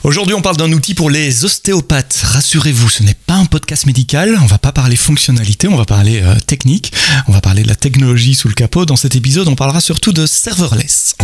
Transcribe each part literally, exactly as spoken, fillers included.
Aujourd'hui, on parle d'un outil pour les ostéopathes. Rassurez-vous, ce n'est pas un podcast médical. On va pas parler fonctionnalité, on va parler euh, technique. On va parler de la technologie sous le capot. Dans cet épisode, on parlera surtout de serverless.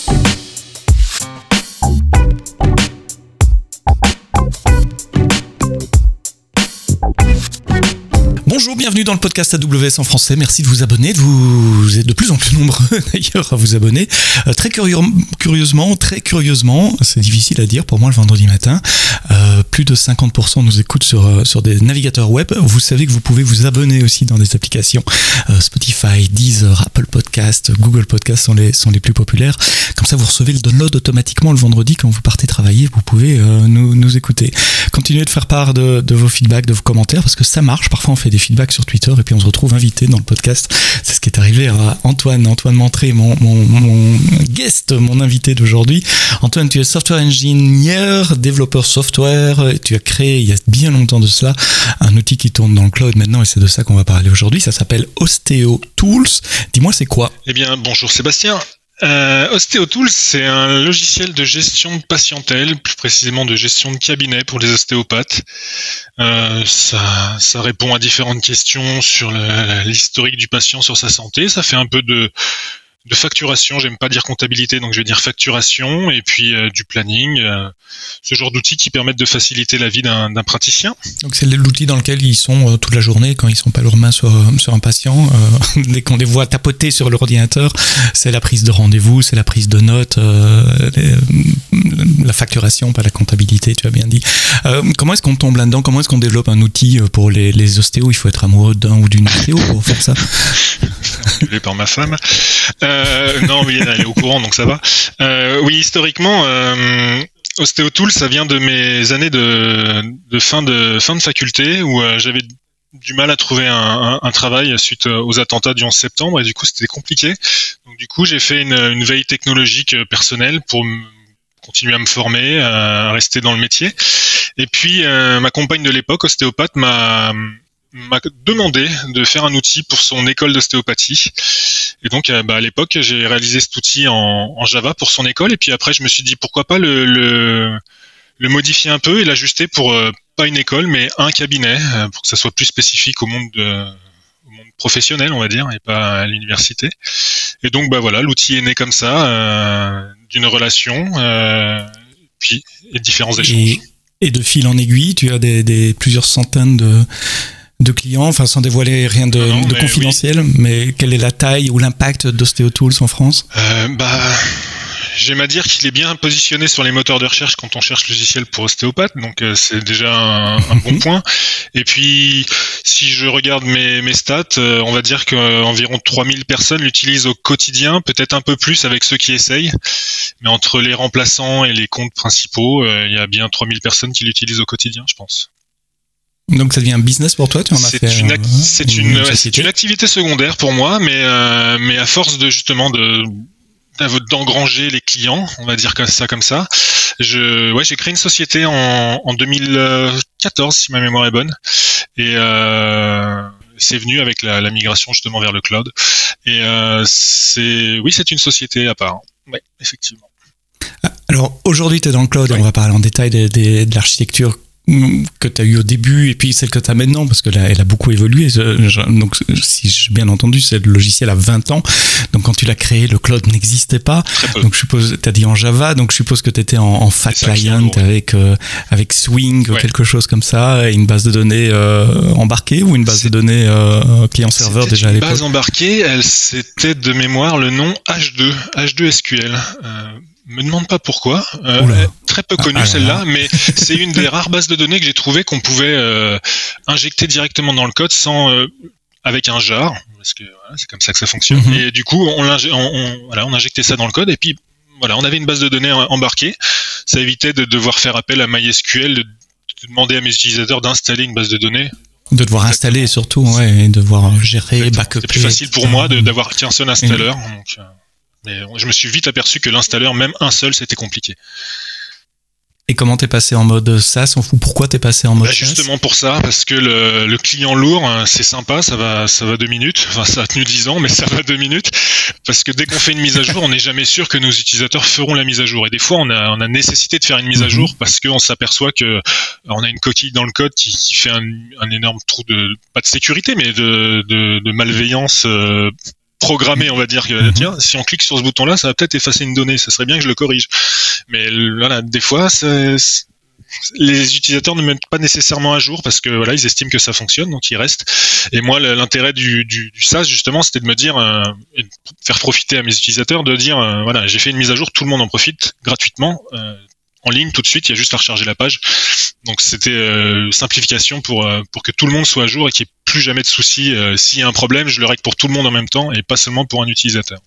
Bonjour, bienvenue dans le podcast A W S en français. Merci de vous abonner. Vous êtes de plus en plus nombreux d'ailleurs à vous abonner. Euh, très curieux, curieusement, très curieusement, c'est difficile à dire pour moi le vendredi matin. Euh, plus de cinquante pour cent nous écoutent sur, sur des navigateurs web. Vous savez que vous pouvez vous abonner aussi dans des applications. Euh, Spotify, Deezer, Apple Podcast, Google Podcast sont les, sont les plus populaires. Comme ça, vous recevez le download automatiquement le vendredi quand vous partez travailler. Vous pouvez euh, nous, nous écouter. Continuez de faire part de, de vos feedbacks, de vos commentaires parce que ça marche. Parfois, on fait des feedback sur Twitter et puis on se retrouve invité dans le podcast. C'est ce qui est arrivé à Antoine, Antoine Montré, mon, mon, mon guest, mon invité d'aujourd'hui. Antoine, tu es software engineer, développeur software, et tu as créé il y a bien longtemps de cela un outil qui tourne dans le cloud maintenant et c'est de ça qu'on va parler aujourd'hui. Ça s'appelle OsteoTools. Dis-moi, c'est quoi ? Eh bien, bonjour Sébastien. Euh, OsteoTools, c'est un logiciel de gestion de patientèle, plus précisément de gestion de cabinet pour les ostéopathes. Euh, ça, ça répond à différentes questions sur le, l'historique du patient, sur sa santé. Ça fait un peu de, de facturation, j'aime pas dire comptabilité, donc je vais dire facturation, et puis euh, du planning, euh, ce genre d'outils qui permettent de faciliter la vie d'un, d'un praticien. Donc c'est l'outil dans lequel ils sont euh, toute la journée quand ils sont pas leurs mains sur, sur un patient. Euh, dès qu'on les voit tapoter sur l'ordinateur, c'est la prise de rendez-vous, c'est la prise de notes, euh, les, la facturation, pas la comptabilité, tu as bien dit. Euh, comment est-ce qu'on tombe là-dedans ? Comment est-ce qu'on développe un outil pour les, les ostéos ? Il faut être amoureux d'un ou d'une ostéo pour faire ça. Enculé par ma femme. Euh, non, oui, elle est au courant, donc ça va. Euh, oui, historiquement, euh, OsteoTools, ça vient de mes années de, de fin de fin de faculté où euh, j'avais du mal à trouver un, un, un travail suite aux attentats du onze septembre et du coup c'était compliqué. Donc du coup, j'ai fait une, une veille technologique personnelle pour m- continuer à me former, à rester dans le métier. Et puis euh, ma compagne de l'époque, ostéopathe, m'a m'a demandé de faire un outil pour son école d'ostéopathie. Et donc, euh, bah, à l'époque, j'ai réalisé cet outil en, en Java pour son école. Et puis après, je me suis dit, pourquoi pas le, le, le modifier un peu et l'ajuster pour, euh, pas une école, mais un cabinet, euh, pour que ça soit plus spécifique au monde, de, au monde professionnel, on va dire, et pas à l'université. Et donc, bah voilà, l'outil est né comme ça, euh, d'une relation, euh, puis, et différents échanges. Et, et de fil en aiguille, tu as des, des plusieurs centaines de... de clients, enfin sans dévoiler rien de, non, de mais confidentiel, oui. Mais quelle est la taille ou l'impact d'OsteoTools en France ? euh, Bah, j'aime à dire qu'il est bien positionné sur les moteurs de recherche quand on cherche logiciel pour ostéopathe, donc euh, c'est déjà un, un bon point. Et puis, si je regarde mes, mes stats, euh, on va dire qu'environ trois mille personnes l'utilisent au quotidien, peut-être un peu plus avec ceux qui essayent, mais entre les remplaçants et les comptes principaux, euh, il y a bien trois mille personnes qui l'utilisent au quotidien, je pense. Donc ça devient un business pour toi, tu en as c'est fait une, ac- euh, c'est, une, une c'est une activité secondaire pour moi, mais euh, mais à force de justement de d'engranger les clients, on va dire ça comme ça, je ouais j'ai créé une société en en deux mille quatorze si ma mémoire est bonne, et euh, c'est venu avec la, la migration justement vers le cloud, et euh, c'est oui c'est une société à part, ouais effectivement. Alors aujourd'hui tu es dans le cloud, ouais. Et on va parler en détail des, des, de l'architecture que tu as eu au début et puis celle que tu as maintenant parce que là elle a beaucoup évolué. Donc si j'ai bien entendu, c'est le logiciel a vingt ans. Donc quand tu l'as créé, le cloud n'existait pas. Donc je suppose, tu as dit en Java, donc je suppose que tu étais en, en fat client avec euh, avec Swing, ouais. Quelque chose comme ça, et une base de données euh, embarquée ou une base c'est, de données euh, client-serveur déjà à l'époque. Une base embarquée, elle c'était de mémoire le nom H deux, H deux S Q L. Euh, me demande pas pourquoi, euh, très peu connue ah, celle-là, mais c'est une des rares bases de données que j'ai trouvé qu'on pouvait euh, injecter directement dans le code sans euh, avec un jar, parce que voilà, c'est comme ça que ça fonctionne. Mm-hmm. Et du coup, on, on, on, voilà, on injectait ça dans le code et puis voilà, on avait une base de données embarquée. Ça évitait de devoir faire appel à MySQL, de, de demander à mes utilisateurs d'installer une base de données. De devoir Exactement. Installer surtout, ouais, et de devoir gérer, backup. C'est plus facile pour moi de, d'avoir qu'un seul installeur. Mm-hmm. Donc, euh, mais je me suis vite aperçu que l'installeur, même un seul, c'était compliqué. Et comment t'es passé en mode SaaS? On fout pourquoi t'es passé en mode bah, SaaS? Justement pour ça, parce que le, le client lourd, c'est sympa, ça va, ça va deux minutes. Enfin, ça a tenu dix ans, mais ça va deux minutes. Parce que dès qu'on fait une mise à jour, on n'est jamais sûr que nos utilisateurs feront la mise à jour. Et des fois, on a, on a nécessité de faire une mise à jour parce qu'on s'aperçoit que on a une coquille dans le code qui, qui fait un, un énorme trou de, pas de sécurité, mais de, de, de malveillance. Euh, programmé, on va dire que tiens, si on clique sur ce bouton-là, ça va peut-être effacer une donnée. Ça serait bien que je le corrige. Mais voilà, des fois, c'est, c'est, les utilisateurs ne mettent pas nécessairement à jour parce que voilà, ils estiment que ça fonctionne, donc ils restent. Et moi, l'intérêt du, du, du SaaS justement, c'était de me dire, euh, et de faire profiter à mes utilisateurs, de dire, euh, voilà, j'ai fait une mise à jour, tout le monde en profite gratuitement. Euh, en ligne tout de suite, il y a juste à recharger la page. Donc c'était euh, simplification pour euh, pour que tout le monde soit à jour et qu'il n'y ait plus jamais de soucis. Euh, s'il y a un problème, je le règle pour tout le monde en même temps et pas seulement pour un utilisateur.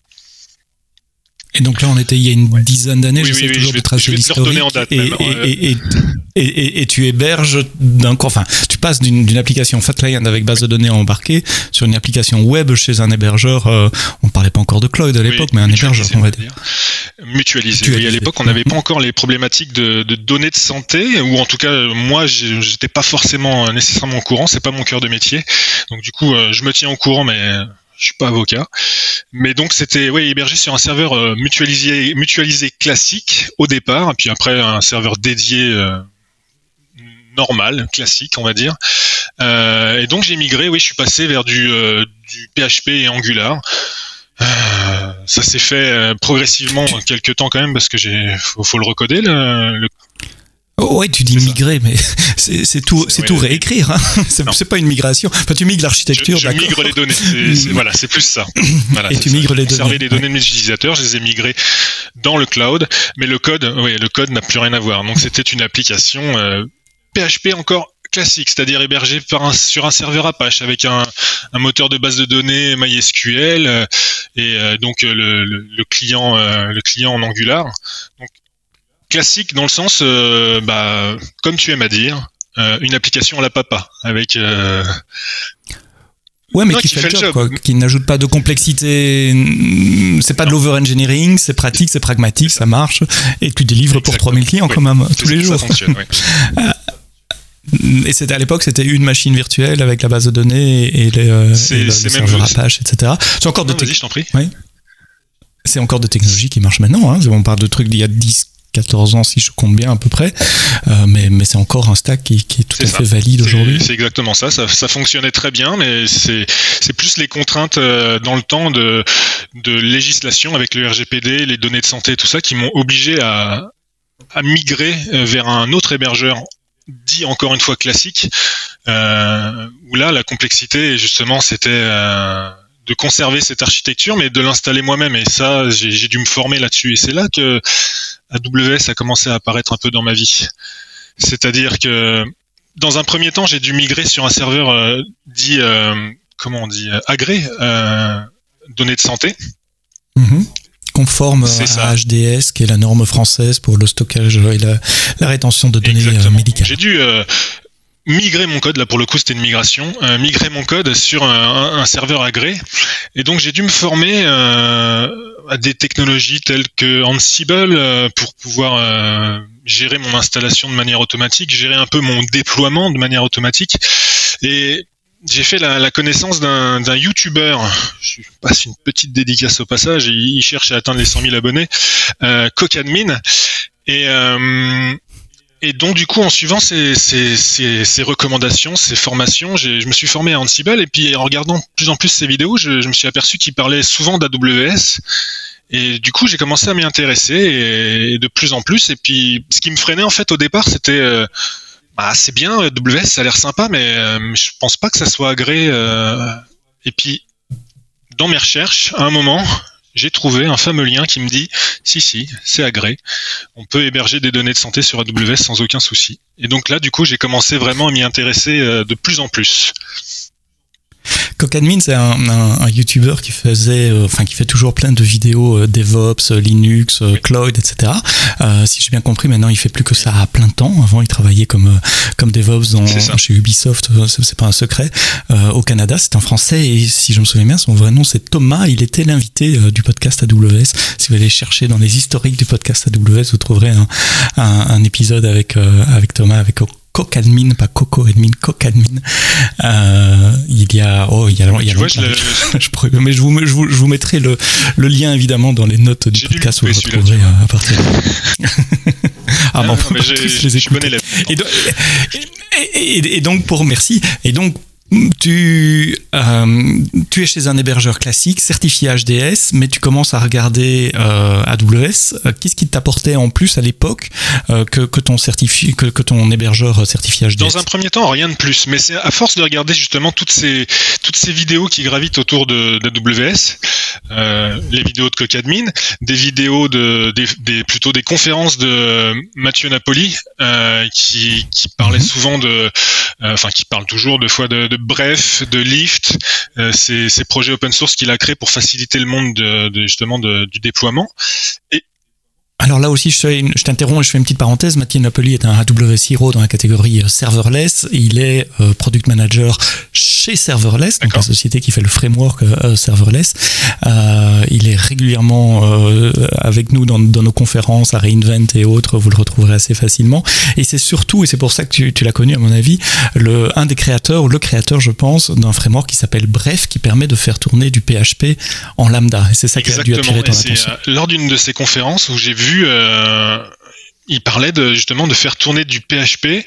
Et donc là, on était il y a une ouais. dizaine d'années, oui, j'essaie oui, toujours oui, de tracer l'historique. Et, et, et, et, et, et, et tu héberges d'un coup, enfin, tu passes d'une, d'une application Fat Client avec base de données embarquée sur une application web chez un hébergeur. Euh, on ne parlait pas encore de cloud à l'époque, oui, mais un hébergeur, on va dire. Mutualisé. Mutualisé. Oui, à l'époque, on n'avait pas encore les problématiques de, de données de santé, ou en tout cas, moi, j'étais pas forcément nécessairement au courant. C'est pas mon cœur de métier. Donc du coup, je me tiens au courant, mais je suis pas avocat. Mais donc c'était ouais, hébergé sur un serveur euh, mutualisé mutualisé classique au départ, et puis après un serveur dédié euh, normal, classique on va dire. Euh, et donc j'ai migré, oui, je suis passé vers du, euh, du P H P et Angular. Euh, ça s'est fait euh, progressivement quelques temps quand même parce que j'ai faut, faut le recoder le, le... Oh ouais, tu dis migrer, mais c'est, c'est tout, c'est, c'est ouais, tout réécrire. Hein. C'est, c'est pas une migration. Enfin, tu migres l'architecture. Je, je d'accord. migre les données. C'est, c'est, voilà, c'est plus ça. Voilà, et tu migres les données. Conserver les données de mes utilisateurs, je les ai migrées dans le cloud, mais le code, oui, le code n'a plus rien à voir. Donc c'était une application euh, P H P encore classique, c'est-à-dire hébergée par un, sur un serveur Apache avec un, un moteur de base de données MySQL euh, et euh, donc le, le, le client, euh, le client en Angular. Donc classique dans le sens, euh, bah, comme tu aimes à dire, euh, une application à la papa, avec... Euh... Ouais, mais non, qui, qui fait, fait le job, job. Quoi, qui n'ajoute pas de complexité, c'est pas non. de l'over-engineering, c'est pratique, c'est pragmatique, ça marche, et tu délivres Exactement. Pour trois mille clients oui. quand même, tous les jours. Ça fonctionne, oui. Et c'était, à l'époque, c'était une machine virtuelle avec la base de données et les, euh, et le, le serveur Apache, et cetera. C'est encore non, de te... je t'en prie. Oui. C'est encore de technologies qui marchent maintenant, hein. On parle de trucs d'il y a dix quatorze ans si je compte bien à peu près, euh, mais, mais c'est encore un stack qui, qui est tout c'est à ça. Fait valide c'est, aujourd'hui. C'est exactement ça. ça, ça fonctionnait très bien, mais c'est, c'est plus les contraintes euh, dans le temps de, de législation avec le R G P D, les données de santé, tout ça, qui m'ont obligé à, à migrer vers un autre hébergeur dit encore une fois classique, euh, où là la complexité justement c'était euh, de conserver cette architecture, mais de l'installer moi-même. Et ça, j'ai, j'ai dû me former là-dessus. Et c'est là que A W S a commencé à apparaître un peu dans ma vie. C'est-à-dire que, dans un premier temps, j'ai dû migrer sur un serveur euh, dit, euh, comment on dit, euh, agré, euh, données de santé. Mmh. Conforme c'est à ça. H D S, qui est la norme française pour le stockage et la, la rétention de données euh, médicales. J'ai dû... Euh, migrer mon code, là pour le coup c'était une migration, euh, migrer mon code sur un, un serveur agré, et donc j'ai dû me former euh, à des technologies telles que Ansible euh, pour pouvoir euh, gérer mon installation de manière automatique, gérer un peu mon déploiement de manière automatique, et j'ai fait la, la connaissance d'un, d'un YouTuber, je passe une petite dédicace au passage, il, il cherche à atteindre les cent mille abonnés, euh, Cocadmin, et euh, Et donc du coup, en suivant ces, ces, ces, ces recommandations, ces formations, j'ai, je me suis formé à Ansible, et puis en regardant de plus en plus ces vidéos, je, je me suis aperçu qu'il parlait souvent d'A W S, et du coup j'ai commencé à m'y intéresser, et, et de plus en plus. Et puis ce qui me freinait en fait au départ, c'était euh, bah, c'est bien, A W S ça a l'air sympa, mais euh, je pense pas que ça soit agré. Euh, et puis dans mes recherches, à un moment, j'ai trouvé un fameux lien qui me dit si si c'est agré, on peut héberger des données de santé sur A W S sans aucun souci. Et donc là du coup j'ai commencé vraiment à m'y intéresser de plus en plus. Cocadmin, c'est un, un, un YouTuber qui faisait, euh, enfin qui fait toujours plein de vidéos euh, DevOps, euh, Linux, euh, Cloud, et cetera. Euh, si j'ai bien compris, maintenant il fait plus que ça à plein temps. Avant, il travaillait comme euh, comme DevOps dans, chez Ubisoft, c'est, c'est pas un secret. Euh, au Canada, c'est un Français et si je me souviens bien, son vrai nom c'est Thomas. Il était l'invité euh, du podcast A W S. Si vous allez chercher dans les historiques du podcast A W S, vous trouverez un, un, un épisode avec euh, avec Thomas, avec Cocadmin, pas Coco Admin, Cocadmin. Euh, il y a, oh, il y a, il y a vois, je, je pourrais, mais je vous, je vous, je vous mettrai le, le lien évidemment dans les notes du J'ai podcast où vous retrouverez à, à partir de ah, bon, on peut tous les écouter. Et donc, et, et, et donc, pour merci. Et donc, Tu, euh, tu es chez un hébergeur classique, certifié H D S, mais tu commences à regarder euh, A W S. Qu'est-ce qui t'apportait en plus à l'époque euh, que, que, ton certifi- que, que ton hébergeur certifié H D S? Dans un premier temps, rien de plus. Mais c'est à force de regarder justement toutes ces, toutes ces vidéos qui gravitent autour de, d'A W S, euh, les vidéos de Cocadmin, des vidéos de, des, des, plutôt des conférences de Mathieu Napoli, euh, qui, qui parlait mm-hmm. souvent de, enfin, euh, qui parle toujours de fois de, de Bref, de Lyft, euh, ces, ces projets open source qu'il a créés pour faciliter le monde de, de justement de, du déploiement. Et alors là aussi, je, je t'interromps et je fais une petite parenthèse. Mathieu Napoli est un A W S Hero dans la catégorie serverless. Il est euh, product manager chez Serverless, donc la société qui fait le framework euh, serverless. Euh, il est régulièrement euh, avec nous dans, dans nos conférences à reInvent et autres. Vous le retrouverez assez facilement. Et c'est surtout, et c'est pour ça que tu, tu l'as connu à mon avis, le, un des créateurs, ou le créateur, je pense, d'un framework qui s'appelle Bref, qui permet de faire tourner du P H P en lambda. Et c'est ça qui a dû attirer ton attention. C'est, euh, lors d'une de ces conférences où j'ai vu Euh, il parlait de justement de faire tourner du P H P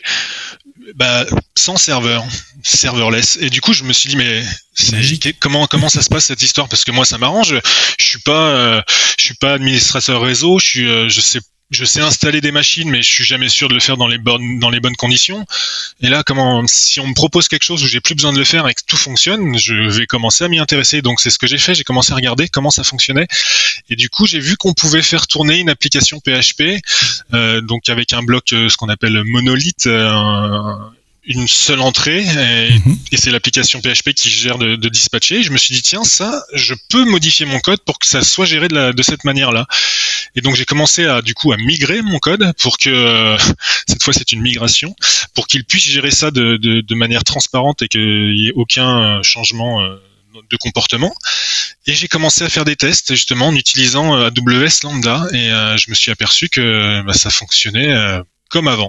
bah, sans serveur, serverless. Et du coup, je me suis dit mais c'est magique. Comment comment ça se passe cette histoire? Parce que moi, ça m'arrange. Je suis pas euh, je suis pas administrateur réseau. Je suis euh, je sais Je sais installer des machines, mais je suis jamais sûr de le faire dans les bonnes, dans les bonnes conditions. Et là, comment, si on me propose quelque chose où j'ai plus besoin de le faire et que tout fonctionne, je vais commencer à m'y intéresser. Donc, c'est ce que j'ai fait. J'ai commencé à regarder comment ça fonctionnait. Et du coup, j'ai vu qu'on pouvait faire tourner une application P H P, euh, donc avec un bloc, euh, ce qu'on appelle monolithe, euh, une seule entrée, et, mmh. et c'est l'application P H P qui gère de, de dispatcher. Et je me suis dit, tiens, ça, je peux modifier mon code pour que ça soit géré de, la, de cette manière-là. Et donc j'ai commencé à du coup à migrer mon code pour que euh, cette fois c'est une migration pour qu'il puisse gérer ça de, de, de manière transparente et qu'il n'y ait aucun changement euh, de comportement. Et j'ai commencé à faire des tests justement en utilisant euh, A W S Lambda et euh, je me suis aperçu que bah, ça fonctionnait euh, comme avant.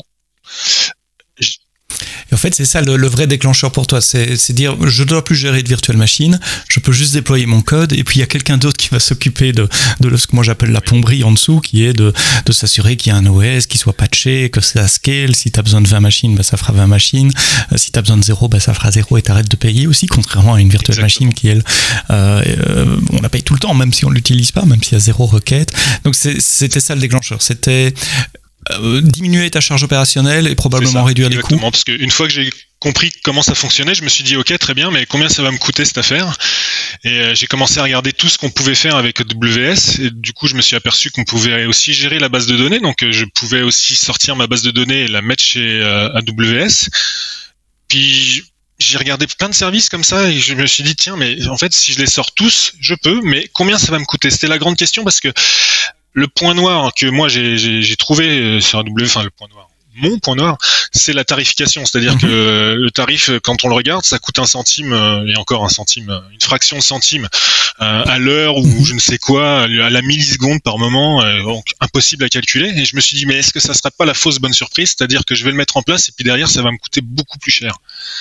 J- Et en fait, c'est ça le, le vrai déclencheur pour toi, c'est, c'est dire je ne dois plus gérer de virtual machine, je peux juste déployer mon code et puis il y a quelqu'un d'autre qui va s'occuper de, de ce que moi j'appelle la plomberie en dessous, qui est de, de s'assurer qu'il y a un O S, qu'il soit patché, que ça scale. Si tu as besoin de vingt machines, bah, ça fera vingt machines. Euh, si tu as besoin de zéro, bah, ça fera zéro et t'arrêtes de payer aussi, contrairement à une virtual Exactement. Machine qui, elle, euh, euh, on la paye tout le temps, même si on ne l'utilise pas, même s'il y a zéro requête. Donc c'est, c'était ça le déclencheur, c'était Euh, diminuer ta charge opérationnelle et probablement ça, réduire les coûts. Exactement, parce qu'une fois que j'ai compris comment ça fonctionnait, je me suis dit ok, très bien, mais combien ça va me coûter cette affaire? Et euh, j'ai commencé à regarder tout ce qu'on pouvait faire avec A W S et du coup je me suis aperçu qu'on pouvait aussi gérer la base de données, donc euh, je pouvais aussi sortir ma base de données et la mettre chez euh, A W S. Puis j'ai regardé plein de services comme ça et je me suis dit tiens, mais en fait si je les sors tous, je peux, mais combien ça va me coûter? C'était la grande question, parce que le point noir que moi j'ai, j'ai, j'ai trouvé sur A W S, enfin le point noir, mon point noir, c'est la tarification. C'est-à-dire mmh. que le tarif, quand on le regarde, ça coûte un centime, et encore un centime, une fraction de centime euh, à l'heure ou mmh. je ne sais quoi, à la milliseconde par moment, euh, donc impossible à calculer. Et je me suis dit, mais est-ce que ça serait pas la fausse bonne surprise? C'est-à-dire que je vais le mettre en place et puis derrière, ça va me coûter beaucoup plus cher.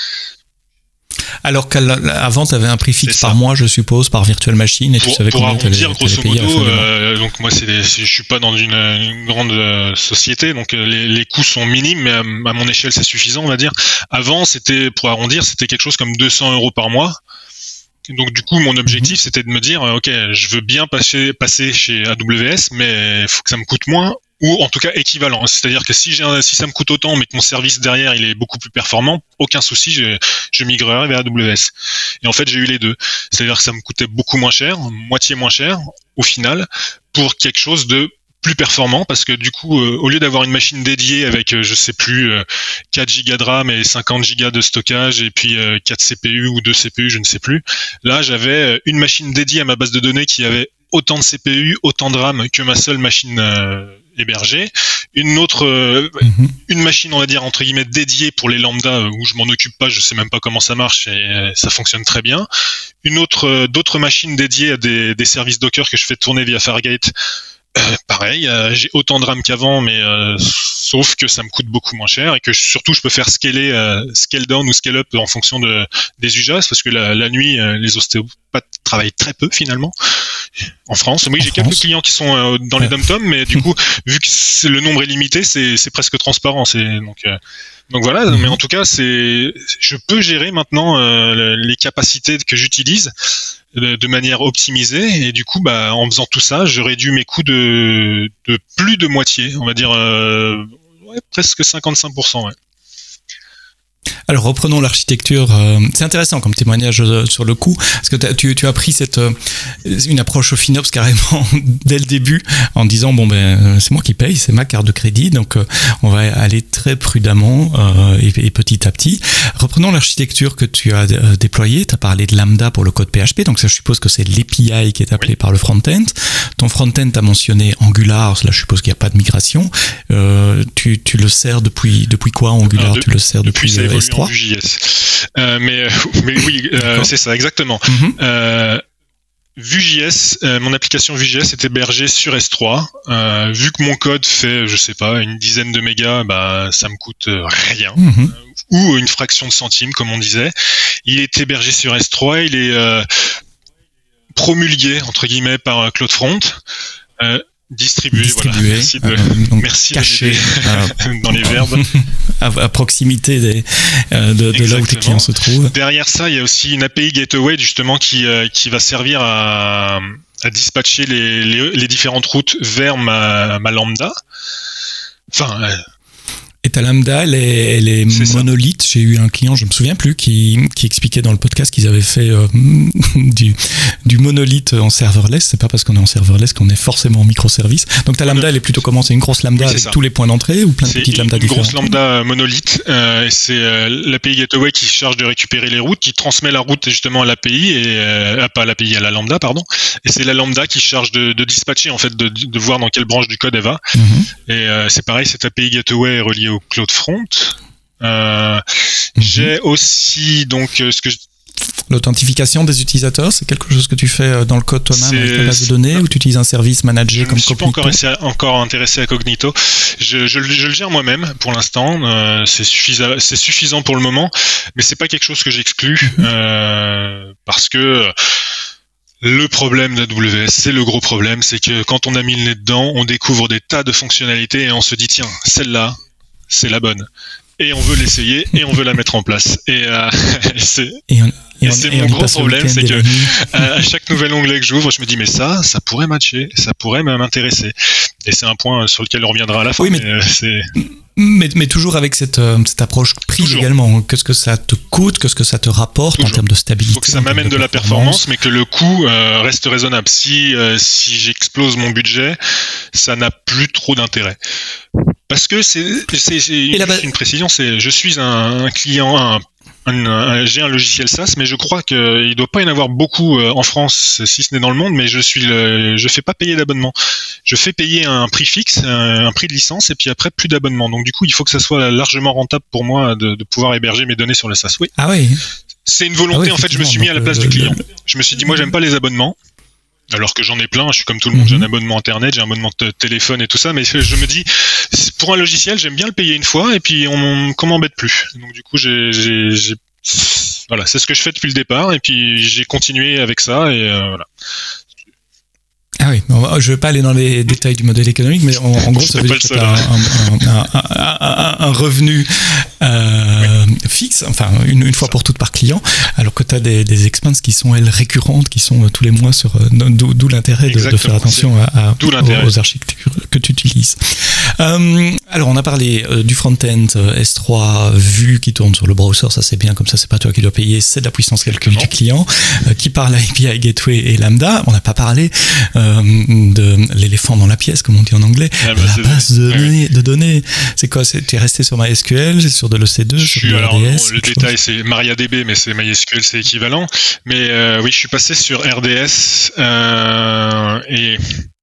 Alors qu'avant, tu avais un prix fixe par mois, je suppose, par virtual machine, et pour, tu savais pour combien tu allais payer. Pour arrondir, grosso modo, euh, donc moi, c'est des, c'est, je suis pas dans une, une grande euh, société, donc euh, les, les coûts sont minimes, mais à, à mon échelle, c'est suffisant, on va dire. Avant, c'était, pour arrondir, c'était quelque chose comme deux cents euros par mois. Donc du coup, mon objectif, mmh. c'était de me dire, ok, je veux bien passer, passer chez A W S, mais il faut que ça me coûte moins, ou en tout cas équivalent. C'est-à-dire que si j'ai un, si ça me coûte autant, mais que mon service derrière il est beaucoup plus performant, aucun souci, je, je migrerai vers A W S. Et en fait, j'ai eu les deux. C'est-à-dire que ça me coûtait beaucoup moins cher, moitié moins cher, au final, pour quelque chose de plus performant parce que du coup, euh, au lieu d'avoir une machine dédiée avec, euh, je sais plus, euh, quatre gigas de RAM et cinquante gigas de stockage et puis euh, quatre C P U ou deux C P U, je ne sais plus. Là, j'avais une machine dédiée à ma base de données qui avait autant de C P U, autant de RAM que ma seule machine euh, hébergée. Une autre, euh, mm-hmm. une machine, on va dire, entre guillemets, dédiée pour les lambda où je m'en occupe pas, je sais même pas comment ça marche et euh, ça fonctionne très bien. Une autre, euh, d'autres machines dédiées à des, des services Docker que je fais tourner via Fargate. Euh, pareil, euh, j'ai autant de RAM qu'avant, mais euh, sauf que ça me coûte beaucoup moins cher et que surtout je peux faire scaler, euh, scale down ou scale up en fonction de des U J A S parce que la, la nuit, euh, les ostéopathes travaillent très peu finalement en France. Oui, en j'ai France. quelques clients qui sont euh, dans les dom-toms, mais du coup, vu que c'est, le nombre est limité, c'est, c'est presque transparent. C'est donc. Euh, Donc voilà, mmh. mais en tout cas, c'est, je peux gérer maintenant euh, les capacités que j'utilise de, de manière optimisée et du coup, bah, en faisant tout ça, je réduis mes coûts de, de plus de moitié, on va dire euh, ouais, presque cinquante-cinq pour cent. Ouais. Alors reprenons l'architecture. Euh, c'est intéressant comme témoignage euh, sur le coup, parce que tu, tu as pris cette euh, une approche au FinOps carrément dès le début en disant bon ben c'est moi qui paye, c'est ma carte de crédit, donc euh, on va aller très prudemment euh, et, et petit à petit. Reprenons l'architecture que tu as euh, déployée. Tu as parlé de Lambda pour le code P H P, donc ça je suppose que c'est l'A P I qui est appelé oui. par le front-end. Ton front-end t'a mentionné Angular, là je suppose qu'il n'y a pas de migration. Euh, tu, tu le sers depuis depuis quoi Angular Alors, de, Tu le sers depuis, depuis euh, S trois Vue.js. Euh, mais, mais oui, euh, c'est ça, exactement. Mm-hmm. Euh, Vue.js, euh, mon application Vue.js est hébergée sur S trois. Euh, vu que mon code fait, je sais pas, une dizaine de mégas, bah, ça me coûte rien. Mm-hmm. Euh, ou une fraction de centime, comme on disait. Il est hébergé sur S trois, il est euh, promulgué, entre guillemets, par CloudFront. Euh, Distribué, distribué, voilà. Merci de, euh, donc merci caché euh, dans les verbes. à, à proximité des, euh, de, de là où tes clients se trouvent. Derrière ça, il y a aussi une A P I Gateway justement qui, euh, qui va servir à, à dispatcher les, les, les différentes routes vers ma, ma lambda. Enfin. Euh, Et ta lambda, elle est, elle est, est monolithe. J'ai eu un client, je me souviens plus, qui, qui expliquait dans le podcast qu'ils avaient fait euh, du, du monolithe en serverless. C'est pas parce qu'on est en serverless qu'on est forcément en microservice. Donc ta lambda, elle est plutôt comment ? C'est une grosse lambda oui, avec ça. tous les points d'entrée ou plein de c'est petites lambdas différentes ? C'est une grosse lambda monolithe. Euh, et c'est euh, l'A P I Gateway qui se charge de récupérer les routes, qui transmet la route justement à l'A P I et euh, pas à l'A P I, à la lambda, pardon. Et c'est la lambda qui se charge de, de dispatcher en fait, de, de voir dans quelle branche du code elle va. Mm-hmm. Et euh, c'est pareil, cette A P I Gateway est reliée au CloudFront. Euh, mm-hmm. J'ai aussi donc ce que je... L'authentification des utilisateurs, c'est quelque chose que tu fais dans le code toi-même c'est... avec ta base de données ou tu utilises un service managé je comme Cognito ? Je ne suis pas encore, encore intéressé à Cognito. Je, je, je le gère moi-même pour l'instant. Euh, c'est, suffisa... c'est suffisant pour le moment, mais c'est pas quelque chose que j'exclus mm-hmm. euh, parce que le problème d'A W S, c'est le gros problème, c'est que quand on a mis le nez dedans, on découvre des tas de fonctionnalités et on se dit tiens, celle-là, c'est la bonne. Et on veut l'essayer et on veut la mettre en place. Et, euh, c'est, et, on, et, et on, c'est et mon gros problème, c'est que à, à chaque nouvel onglet que j'ouvre, je me dis mais ça, ça pourrait matcher, ça pourrait m'intéresser. Et c'est un point sur lequel on reviendra à la fin. Oui, mais, mais, c'est... mais, mais toujours avec cette, euh, cette approche prix toujours. Également. Qu'est-ce que ça te coûte, qu'est-ce que ça te rapporte toujours. En termes de stabilité. Il faut que ça m'amène de, de la performance, mais que le coût euh, reste raisonnable. Si, euh, si j'explose mon budget, ça n'a plus trop d'intérêt. Parce que c'est, c'est, c'est une, base... une précision, c'est je suis un, un client, un, un, un, j'ai un logiciel SaaS, mais je crois qu'il ne doit pas y en avoir beaucoup en France, si ce n'est dans le monde, mais je suis le, je fais pas payer d'abonnement. Je fais payer un prix fixe, un, un prix de licence, et puis après plus d'abonnement. Donc du coup, il faut que ça soit largement rentable pour moi de, de pouvoir héberger mes données sur le SaaS. Oui. Ah oui. C'est une volonté. Ah oui, en fait, je me suis mis à la place euh, du client. Le... Je me suis dit, moi, j'aime pas les abonnements. Alors que j'en ai plein, je suis comme tout le monde, mm-hmm. j'ai un abonnement internet, j'ai un abonnement de téléphone et tout ça, mais je me dis, pour un logiciel, j'aime bien le payer une fois et puis on, qu'on m'embête plus. Donc du coup, j'ai, j'ai, j'ai, voilà, c'est ce que je fais depuis le départ et puis j'ai continué avec ça et euh, voilà. Ah oui, je ne vais pas aller dans les détails du modèle économique, mais en, en gros, ça veut dire que tu as un, un, un, un, un revenu euh, oui. fixe, enfin une, une fois pour toutes par client, alors que tu as des, des expenses qui sont, elles, récurrentes, qui sont tous les mois sur... D'où, d'où l'intérêt de, de faire attention à, à, aux, aux architectures que tu utilises. Euh, alors, on a parlé euh, du front-end euh, S trois Vue qui tourne sur le browser, ça c'est bien, comme ça c'est pas toi qui dois payer, c'est de la puissance calcul du client, euh, qui parle à A P I Gateway et Lambda. On n'a pas parlé euh, de l'éléphant dans la pièce, comme on dit en anglais, la base, la base de, de, données, de données. C'est quoi? c'est, Tu es resté sur MySQL, c'est sur de l'E C deux, je sur suis, de alors, R D S? Le détail c'est MariaDB, mais c'est MySQL, c'est équivalent. Mais euh, oui, je suis passé sur R D S euh, et...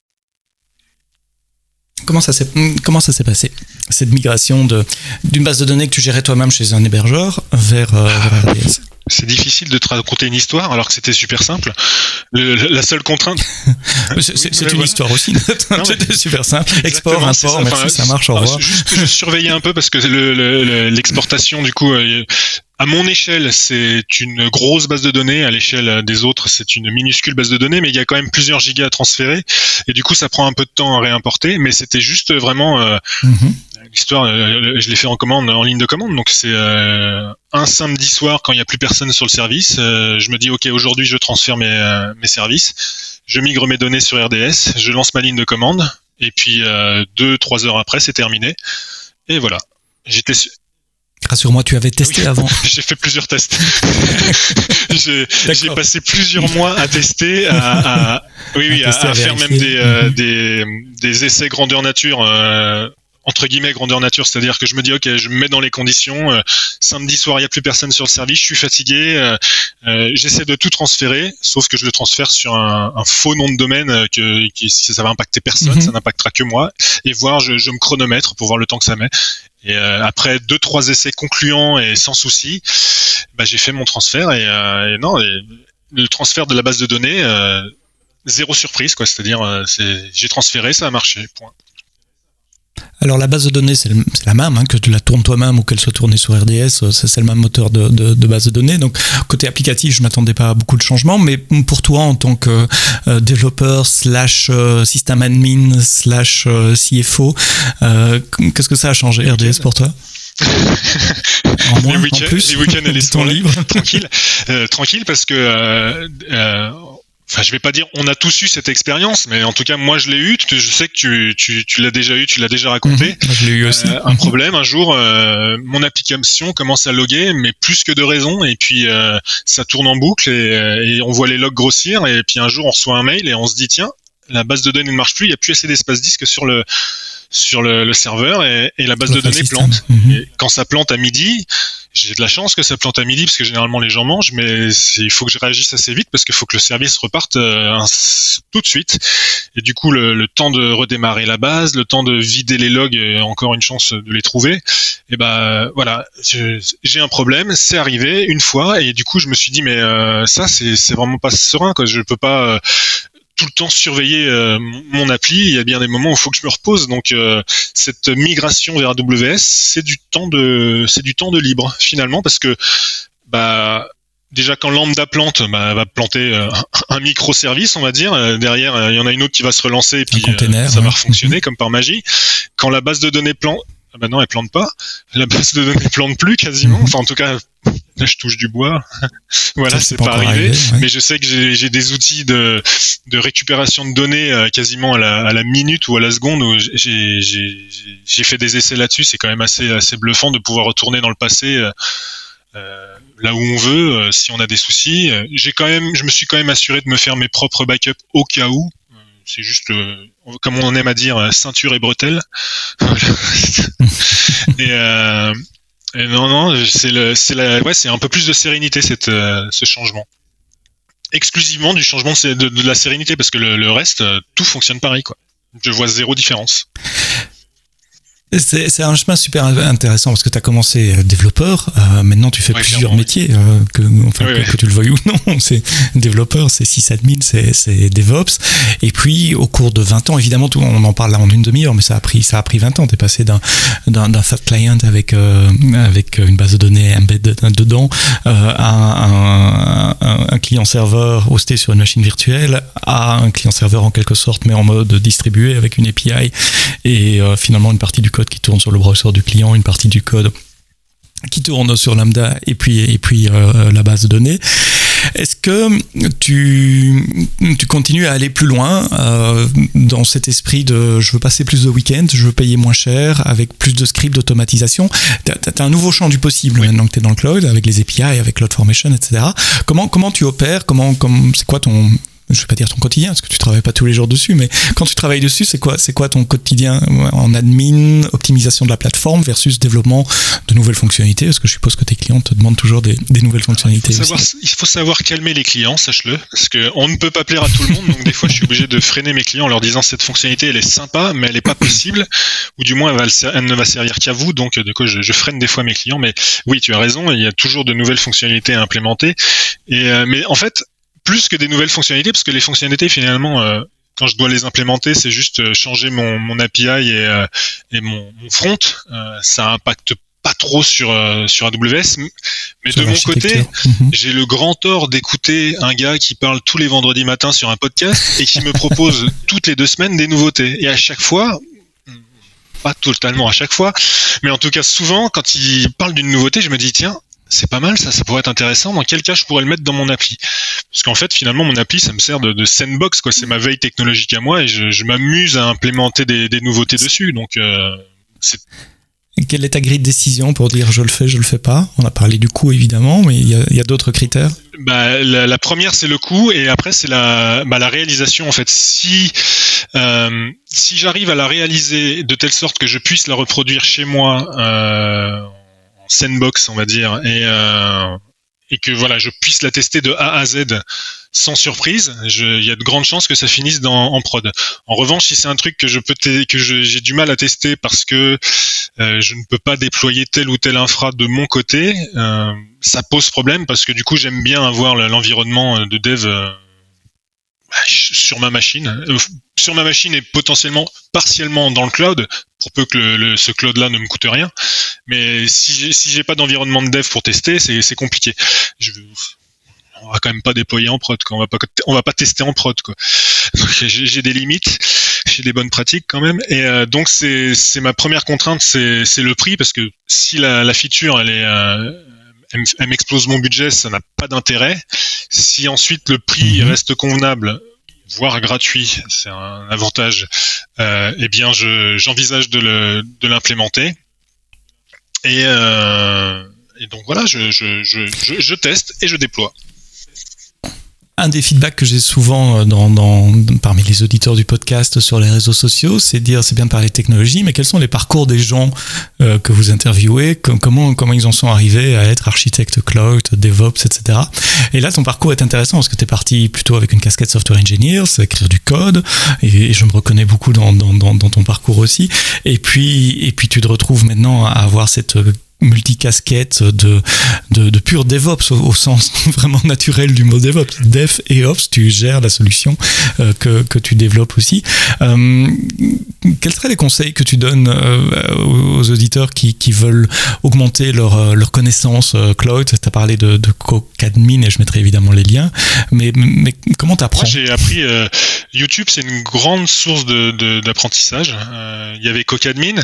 Comment ça, s'est, comment ça s'est passé, cette migration de, d'une base de données que tu gérais toi-même chez un hébergeur vers, euh, vers R D S? C'est difficile de te raconter une histoire alors que c'était super simple. Le, la seule contrainte... c'est, c'est, c'est une voilà. histoire aussi. Non, c'était super simple. Export, import, ça. Merci, enfin, ça marche, au revoir. Juste que je surveillais un peu parce que le, le, l'exportation, du coup... Euh, à mon échelle, c'est une grosse base de données. À l'échelle des autres, c'est une minuscule base de données, mais il y a quand même plusieurs gigas à transférer. Et du coup, ça prend un peu de temps à réimporter. Mais c'était juste vraiment euh, mm-hmm. l'histoire. Euh, je l'ai fait en commande, en ligne de commande. Donc c'est euh, un samedi soir quand il y a plus personne sur le service. Euh, je me dis ok, aujourd'hui je transfère mes euh, mes services. Je migre mes données sur R D S. Je lance ma ligne de commande. Et puis euh, deux, trois heures après, c'est terminé. Et voilà. J'étais su- Rassure-moi, tu avais testé oui, avant. J'ai fait plusieurs tests. j'ai, j'ai passé plusieurs mois à tester, à, à oui, oui, à, à, à faire même des, euh, mm-hmm. des, des essais grandeur nature, euh, entre guillemets grandeur nature, c'est-à-dire que je me dis ok, je me mets dans les conditions. Euh, samedi soir, il y a plus personne sur le service, je suis fatigué. Euh, euh, j'essaie de tout transférer, sauf que je le transfère sur un, un faux nom de domaine euh, que qui, ça va impacter personne, mm-hmm. ça n'impactera que moi. Et voir, je, je me chronomètre pour voir le temps que ça met. Et euh, après deux trois essais concluants et sans souci, bah j'ai fait mon transfert et, euh, et non, et le transfert de la base de données, euh, zéro surprise quoi. C'est-à-dire, euh, c'est, j'ai transféré, ça a marché. Point. Alors la base de données c'est, le, c'est la même, hein, que tu la tournes toi-même ou qu'elle soit tournée sur R D S, c'est, c'est le même moteur de, de, de base de données. Donc côté applicatif, je m'attendais pas à beaucoup de changements, mais pour toi en tant que euh, développeur slash euh, système admin slash euh, C F O, euh, qu'est-ce que ça a changé R D S pour toi? En moins, les week-ends, en plus, les week-ends et les soirées libres, tranquille, euh, tranquille parce que. Euh, euh, Enfin, je vais pas dire on a tous eu cette expérience, mais en tout cas moi je l'ai eu. Je sais que tu tu, tu l'as déjà eu, tu l'as déjà raconté. Mmh, je l'ai eu aussi. Euh, un problème un jour, euh, mon application commence à loguer, mais plus que de raison, et puis euh, ça tourne en boucle et, et on voit les logs grossir, et puis un jour on reçoit un mail et on se dit tiens, la base de données ne marche plus, il y a plus assez d'espace disque sur le sur le, le serveur et, et la base le de données plante. Mmh. Et quand ça plante à midi, j'ai de la chance que ça plante à midi parce que généralement les gens mangent, mais il faut que je réagisse assez vite parce qu'il faut que le service reparte euh, un, tout de suite. Et du coup, le, le temps de redémarrer la base, le temps de vider les logs, et encore une chance de les trouver. Et ben voilà, je, j'ai un problème, c'est arrivé une fois et du coup je me suis dit mais euh, ça c'est, c'est vraiment pas serein quoi. Je peux pas euh, tout le temps surveiller euh, mon appli, il y a bien des moments où il faut que je me repose. Donc euh, cette migration vers A W S, c'est du temps de c'est du temps de libre finalement parce que bah déjà quand Lambda plante, bah, va planter euh, un microservice, on va dire. Euh, derrière, il euh, y en a une autre qui va se relancer et puis euh, ça va refonctionner mmh. comme par magie. Quand la base de données plante, ah bah non, elle plante pas. La base de données plante plus quasiment. Mmh. Enfin, en tout cas, là, je touche du bois. Voilà, ça, c'est, c'est pas, pas arrivé. arrivé ouais. Mais je sais que j'ai, j'ai des outils de, de récupération de données euh, quasiment à la, à la minute ou à la seconde où j'ai, j'ai, j'ai fait des essais là-dessus. C'est quand même assez, assez bluffant de pouvoir retourner dans le passé. Euh, Euh, là où on veut, euh, si on a des soucis, euh, j'ai quand même, je me suis quand même assuré de me faire mes propres backups au cas où. Euh, c'est juste, euh, comme on aime à dire, euh, ceinture et bretelles. et, euh, et non, non, c'est le, c'est la, ouais, c'est un peu plus de sérénité cette, euh, ce changement. Exclusivement du changement de, de, de la sérénité, parce que le, le reste, euh, tout fonctionne pareil, quoi. Je vois zéro différence. C'est, c'est un chemin super intéressant parce que tu as commencé développeur, euh, maintenant tu fais ouais, plusieurs métiers, oui. euh, que, enfin, oui, que, oui. que tu le veuilles ou non, c'est développeur, c'est sysadmin, c'est, c'est DevOps, et puis au cours de vingt ans, évidemment, tout, on en parle là en une demi-heure, mais ça a pris, ça a pris vingt ans, tu es passé d'un, d'un, d'un fat client avec, euh, avec une base de données embedded dedans, euh, à un, un, un client-serveur hosté sur une machine virtuelle, à un client-serveur en quelque sorte, mais en mode distribué avec une A P I, et euh, finalement une partie du code qui tourne sur le browser du client, une partie du code qui tourne sur Lambda et puis, et puis euh, la base de données. Est-ce que tu, tu continues à aller plus loin euh, dans cet esprit de je veux passer plus de week-ends, je veux payer moins cher, avec plus de scripts d'automatisation? Tu as un nouveau champ du possible, oui, maintenant que tu es dans le cloud, avec les A P I, avec CloudFormation, et cetera. Comment, comment tu opères? Comment, comment, c'est quoi ton... Je vais pas dire ton quotidien parce que tu travailles pas tous les jours dessus, mais quand tu travailles dessus, c'est quoi, c'est quoi ton quotidien en admin, optimisation de la plateforme versus développement de nouvelles fonctionnalités? Parce que je suppose que tes clients te demandent toujours des, des nouvelles fonctionnalités. Il faut, savoir, il faut savoir calmer les clients, sache-le, parce que on ne peut pas plaire à tout le monde, donc des fois je suis obligé de freiner mes clients en leur disant cette fonctionnalité elle est sympa, mais elle est pas possible, ou du moins elle, va, elle ne va servir qu'à vous, donc du coup je, je freine des fois mes clients. Mais oui, tu as raison, il y a toujours de nouvelles fonctionnalités à implémenter, et euh, mais en fait plus que des nouvelles fonctionnalités, parce que les fonctionnalités finalement euh, quand je dois les implémenter, c'est juste changer mon, mon A P I et, euh, et mon, mon front. Euh, ça impacte pas trop sur euh, sur A W S, mais sur de mon côté, mmh. j'ai le grand tort d'écouter un gars qui parle tous les vendredis matins sur un podcast et qui me propose toutes les deux semaines des nouveautés. Et à chaque fois, pas totalement à chaque fois, mais en tout cas souvent, quand il parle d'une nouveauté, je me dis tiens, c'est pas mal, ça, ça pourrait être intéressant. Dans quel cas je pourrais le mettre dans mon appli? Parce qu'en fait, finalement, mon appli, ça me sert de, de sandbox, quoi. C'est ma veille technologique à moi et je, je m'amuse à implémenter des, des nouveautés dessus. Donc, euh, c'est... Quelle est ta grille de décision pour dire je le fais, je le fais pas? On a parlé du coût évidemment, mais il y a, il y a d'autres critères. Bah, la, la première c'est le coût et après c'est la, bah, la réalisation en fait. Si euh, si j'arrive à la réaliser de telle sorte que je puisse la reproduire chez moi. Euh, sandbox on va dire et euh, et que voilà je puisse la tester de A à Z sans surprise, il y a de grandes chances que ça finisse dans, en prod. En revanche, si c'est un truc que je peux t- que je, j'ai du mal à tester parce que euh, je ne peux pas déployer telle ou telle infra de mon côté, euh, ça pose problème parce que du coup j'aime bien avoir l'environnement de dev euh, sur ma machine, euh, sur ma machine et potentiellement partiellement dans le cloud, pour peu que le, le, ce cloud-là ne me coûte rien. Mais si j'ai, si j'ai pas d'environnement de dev pour tester, c'est, c'est compliqué. Je, on va quand même pas déployer en prod, quoi. On va pas, on va pas tester en prod, quoi. Donc, j'ai, j'ai des limites, j'ai des bonnes pratiques quand même. Et euh, donc c'est, c'est ma première contrainte, c'est, c'est le prix, parce que si la, la feature, elle est euh, elle, elle m'explose mon budget, ça n'a pas d'intérêt. Si ensuite le prix reste convenable, voire gratuit, c'est un avantage, euh, eh bien je, j'envisage de, le, de l'implémenter. Et, euh, et donc voilà, je, je, je, je, je teste et je déploie. Un des feedbacks que j'ai souvent dans, dans, parmi les auditeurs du podcast sur les réseaux sociaux, c'est de dire, c'est bien de parler de technologie, mais quels sont les parcours des gens euh, que vous interviewez, com- comment, comment ils en sont arrivés à être architectes cloud, DevOps, et cetera. Et là, ton parcours est intéressant parce que tu es parti plutôt avec une casquette software engineer, c'est écrire du code, et, et je me reconnais beaucoup dans, dans, dans, dans ton parcours aussi. Et puis, et puis tu te retrouves maintenant à avoir cette multicasquette de, de, de pur DevOps au, au sens vraiment naturel du mot DevOps. Dev et Ops, tu gères la solution euh, que, que tu développes aussi. Euh, quels seraient les conseils que tu donnes euh, aux auditeurs qui, qui veulent augmenter leur, leur connaissance euh, cloud? Tu as parlé de, de Cocadmin et je mettrai évidemment les liens, mais, mais comment tu apprends? Moi, j'ai appris euh, YouTube, c'est une grande source de, de, d'apprentissage. Euh, il y avait Cocadmin.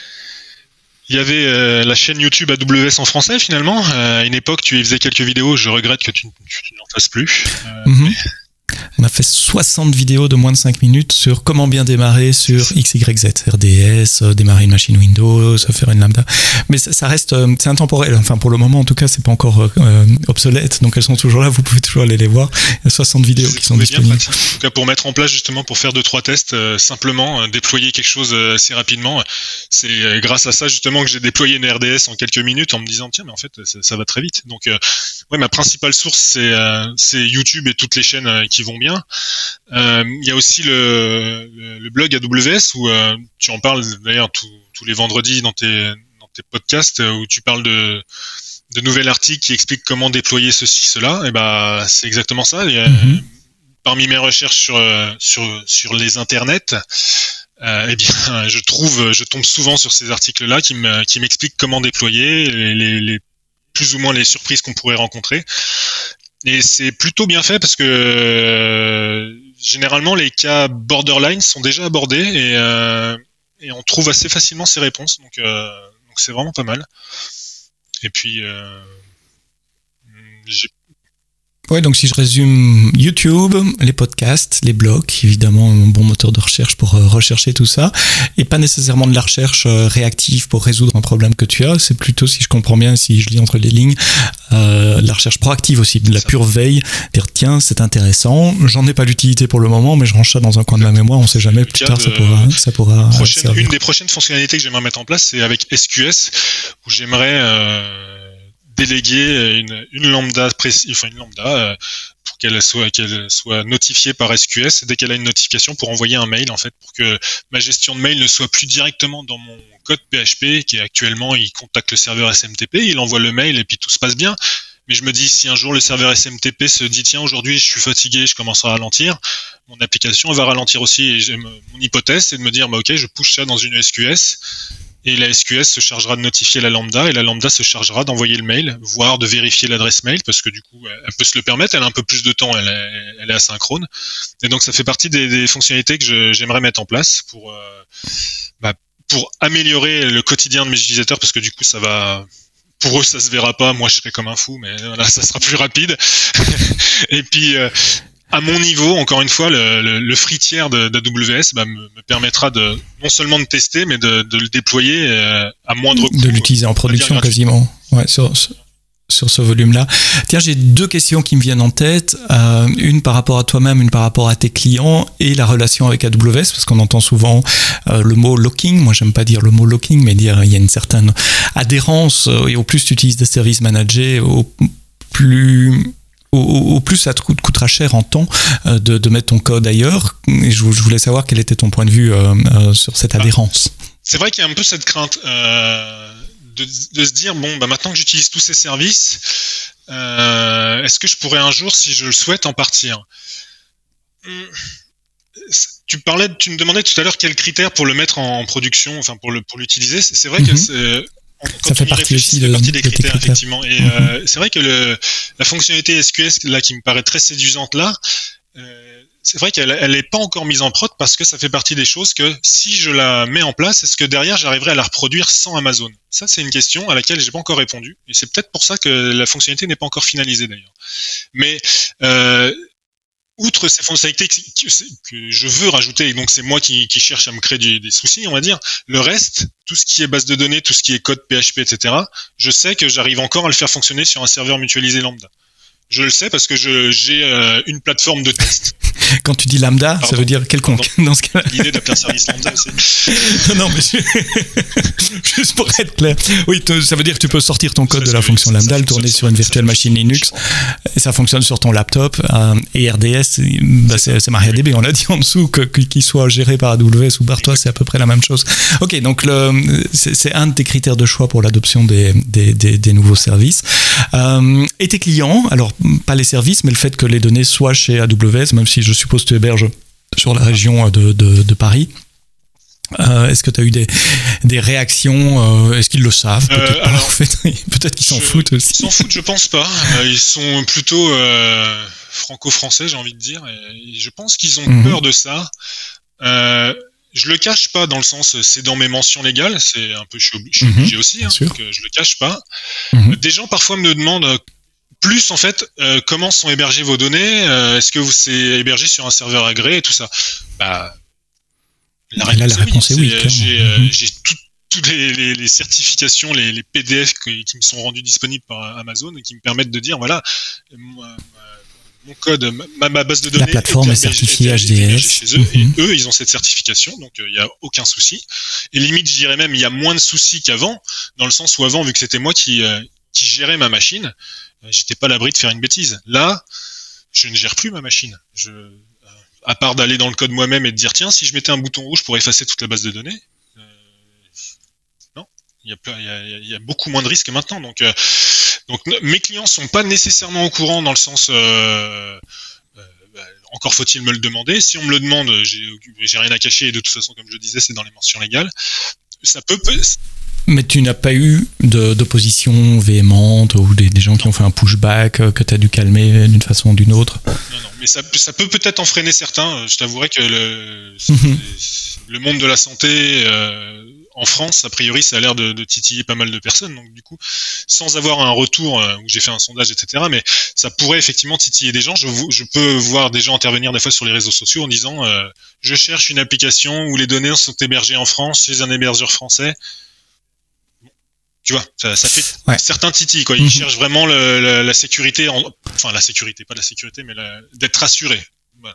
Il y avait euh, la chaîne YouTube A W S en français finalement. Euh, à une époque, tu y faisais quelques vidéos. Je regrette que tu, tu n'en fasses plus. Euh, mm-hmm. mais... On a fait soixante vidéos de moins de cinq minutes sur comment bien démarrer sur X Y Z, R D S, euh, démarrer une machine Windows, faire une lambda. Mais ça, ça reste, euh, c'est intemporel. Enfin, pour le moment, en tout cas, c'est pas encore euh, obsolète. Donc, elles sont toujours là. Vous pouvez toujours aller les voir. Il y a soixante vidéos c'est qui sont disponibles. Bien pratique. En tout cas, pour mettre en place justement, pour faire deux trois tests, euh, simplement euh, déployer quelque chose euh, assez rapidement. C'est euh, grâce à ça justement que j'ai déployé une R D S en quelques minutes en me disant tiens, mais en fait, ça, ça va très vite. Donc, euh, ouais, ma principale source c'est euh, c'est YouTube et toutes les chaînes euh, qui vont bien. Il euh, y a aussi le, le, le blog A W S où euh, tu en parles d'ailleurs tous, tous les vendredis dans tes, dans tes podcasts où tu parles de, de nouvel article qui explique comment déployer ceci, cela. Et ben c'est exactement ça. Il y a, mm-hmm. Parmi mes recherches sur sur sur les internets, euh, eh bien je trouve, je tombe souvent sur ces articles-là qui me qui m'expliquent comment déployer, les, les, les plus ou moins les surprises qu'on pourrait rencontrer. Et c'est plutôt bien fait parce que euh, généralement les cas borderline sont déjà abordés et, euh, et on trouve assez facilement ces réponses. Donc, euh, donc c'est vraiment pas mal. Et puis, euh, j'ai Ouais, donc si je résume, YouTube, les podcasts, les blogs, évidemment un bon moteur de recherche pour euh, rechercher tout ça, et pas nécessairement de la recherche euh, réactive pour résoudre un problème que tu as, c'est plutôt, si je comprends bien, si je lis entre les lignes, euh, la recherche proactive aussi, de la pure veille, dire tiens, c'est intéressant, j'en ai pas l'utilité pour le moment, mais je range ça dans un coin de ma mémoire, on sait jamais, plus tard ça pourra, ça pourra prochaine, servir. Une des prochaines fonctionnalités que j'aimerais mettre en place, c'est avec S Q S, où j'aimerais... Euh, déléguer une, une lambda précis, enfin une lambda euh, pour qu'elle soit qu'elle soit notifiée par S Q S dès qu'elle a une notification pour envoyer un mail en fait pour que ma gestion de mail ne soit plus directement dans mon code P H P qui est actuellement il contacte le serveur S M T P, il envoie le mail et puis tout se passe bien. Mais je me dis si un jour le serveur S M T P se dit tiens aujourd'hui je suis fatigué, je commence à ralentir, mon application va ralentir aussi et j'ai, mon hypothèse c'est de me dire bah ok je push ça dans une S Q S. Et la S Q S se chargera de notifier la lambda et la lambda se chargera d'envoyer le mail, voire de vérifier l'adresse mail parce que du coup elle peut se le permettre, elle a un peu plus de temps, elle est, elle est asynchrone. Et donc ça fait partie des, des fonctionnalités que je, j'aimerais mettre en place pour, euh, bah, pour améliorer le quotidien de mes utilisateurs parce que du coup ça va... Pour eux ça se verra pas, moi je serai comme un fou, mais voilà, ça sera plus rapide. Et puis... Euh, à mon niveau, encore une fois, le, le, le free tier de, d'A W S bah, me, me permettra de non seulement de tester, mais de, de le déployer euh, à moindre coût. De l'utiliser en production quasiment. Ouais, sur, sur ce volume-là. Tiens, j'ai deux questions qui me viennent en tête. Euh, une par rapport à toi-même, une par rapport à tes clients et la relation avec A W S, parce qu'on entend souvent euh, le mot locking. Moi, j'aime pas dire le mot locking, mais dire il y a une certaine adhérence. Euh, et au plus tu utilises des services managés, au plus... Au, au plus ça te coûtera cher en temps euh, de, de mettre ton code ailleurs. Et je, je voulais savoir quel était ton point de vue euh, euh, sur cette adhérence. C'est vrai qu'il y a un peu cette crainte euh, de, de se dire bon bah maintenant que j'utilise tous ces services, euh, est-ce que je pourrais un jour, si je le souhaite, en partir? Tu parlais, tu me demandais tout à l'heure quels critères pour le mettre en production, enfin pour le pour l'utiliser. C'est vrai mm-hmm. que c'est Quand ça fait partie aussi de, partie des de critères, critères, effectivement. Et mmh. euh, c'est vrai que le, la fonctionnalité S Q S là qui me paraît très séduisante là, euh, c'est vrai qu'elle elle est pas encore mise en prod parce que ça fait partie des choses que si je la mets en place, est-ce que derrière j'arriverai à la reproduire sans Amazon? Ça c'est une question à laquelle j'ai pas encore répondu. Et c'est peut-être pour ça que la fonctionnalité n'est pas encore finalisée d'ailleurs. Mais euh, outre ces fonctionnalités que, que je veux rajouter, et donc c'est moi qui, qui cherche à me créer du, des soucis, on va dire, le reste, tout ce qui est base de données, tout ce qui est code P H P, et cetera, je sais que j'arrive encore à le faire fonctionner sur un serveur mutualisé lambda. Je le sais parce que je, j'ai euh, une plateforme de test. Quand tu dis lambda, pardon, ça veut dire quelconque pardon. Dans ce cas-là. L'idée d'appeler un service lambda aussi. Non, non, mais je... juste pour être clair. Oui, ça veut dire que tu peux sortir ton code de la fonction lambda, le tourner sur une virtuelle machine Linux, et ça fonctionne sur ton laptop. Euh, et R D S, bah, c'est, c'est MariaDB, on l'a dit en dessous, que, qu'il soit géré par A W S ou par toi, c'est à peu près la même chose. Ok, donc le, c'est, c'est un de tes critères de choix pour l'adoption des, des, des, des nouveaux services. Euh, et tes clients, alors pas les services, mais le fait que les données soient chez A W S, même si je suppose que tu héberges sur la région de, de, de Paris. Euh, est-ce que tu as eu des, des réactions euh, Est-ce qu'ils le savent? Peut-être euh, pas, alors, en fait. Peut-être qu'ils s'en je, foutent aussi. Ils s'en foutent, je pense pas. Euh, ils sont plutôt euh, franco-français, j'ai envie de dire. Et je pense qu'ils ont mmh. peur de ça. Euh, je le cache pas dans le sens, c'est dans mes mentions légales. C'est un peu, je suis obligé, je suis obligé mmh. aussi, hein, donc je le cache pas. Mmh. Des gens parfois me demandent plus en fait euh, comment sont hébergées vos données. Euh, est-ce que vous c'est hébergé sur un serveur agréé et tout ça? Bah La réponse, Là, la réponse est oui. C'est, j'ai, euh, j'ai tout, toutes les, les, les certifications, les, les P D F qui, qui me sont rendus disponibles par Amazon et qui me permettent de dire voilà, mon, mon code, ma, ma base de données, la plateforme est, est certifiée H D S chez eux, mm-hmm. et eux ils ont cette certification, donc il euh, n'y a aucun souci. Et limite, je dirais même, il y a moins de soucis qu'avant, dans le sens où avant, vu que c'était moi qui, euh, qui gérais ma machine, euh, j'étais pas à l'abri de faire une bêtise. Là, je ne gère plus ma machine. Je à part d'aller dans le code moi-même et de dire tiens, si je mettais un bouton rouge pour effacer toute la base de données, euh, non, il y a, y, a, y a beaucoup moins de risques maintenant. Donc, euh, donc mes clients sont pas nécessairement au courant dans le sens euh, euh, bah, encore faut-il me le demander. Si on me le demande, j'ai, j'ai rien à cacher et de toute façon, comme je disais, c'est dans les mentions légales. Ça peut. peut Mais tu n'as pas eu de, d'opposition véhémente ou des, des gens qui ont fait un pushback que tu as dû calmer d'une façon ou d'une autre? Non, non, mais ça, ça peut peut-être en freiner certains. Je t'avouerais que le, mm-hmm. le monde de la santé, euh, en France, a priori, ça a l'air de, de titiller pas mal de personnes. Donc du coup, sans avoir un retour euh, où j'ai fait un sondage, et cetera. Mais ça pourrait effectivement titiller des gens. Je, je peux voir des gens intervenir des fois sur les réseaux sociaux en disant euh, je cherche une application où les données sont hébergées en France chez un hébergeur français. Tu vois, ça, ça fait ouais. certains titilles, quoi. Ils mmh. cherchent vraiment le, le, la sécurité, en... enfin la sécurité, pas la sécurité, mais la... d'être rassuré. Voilà.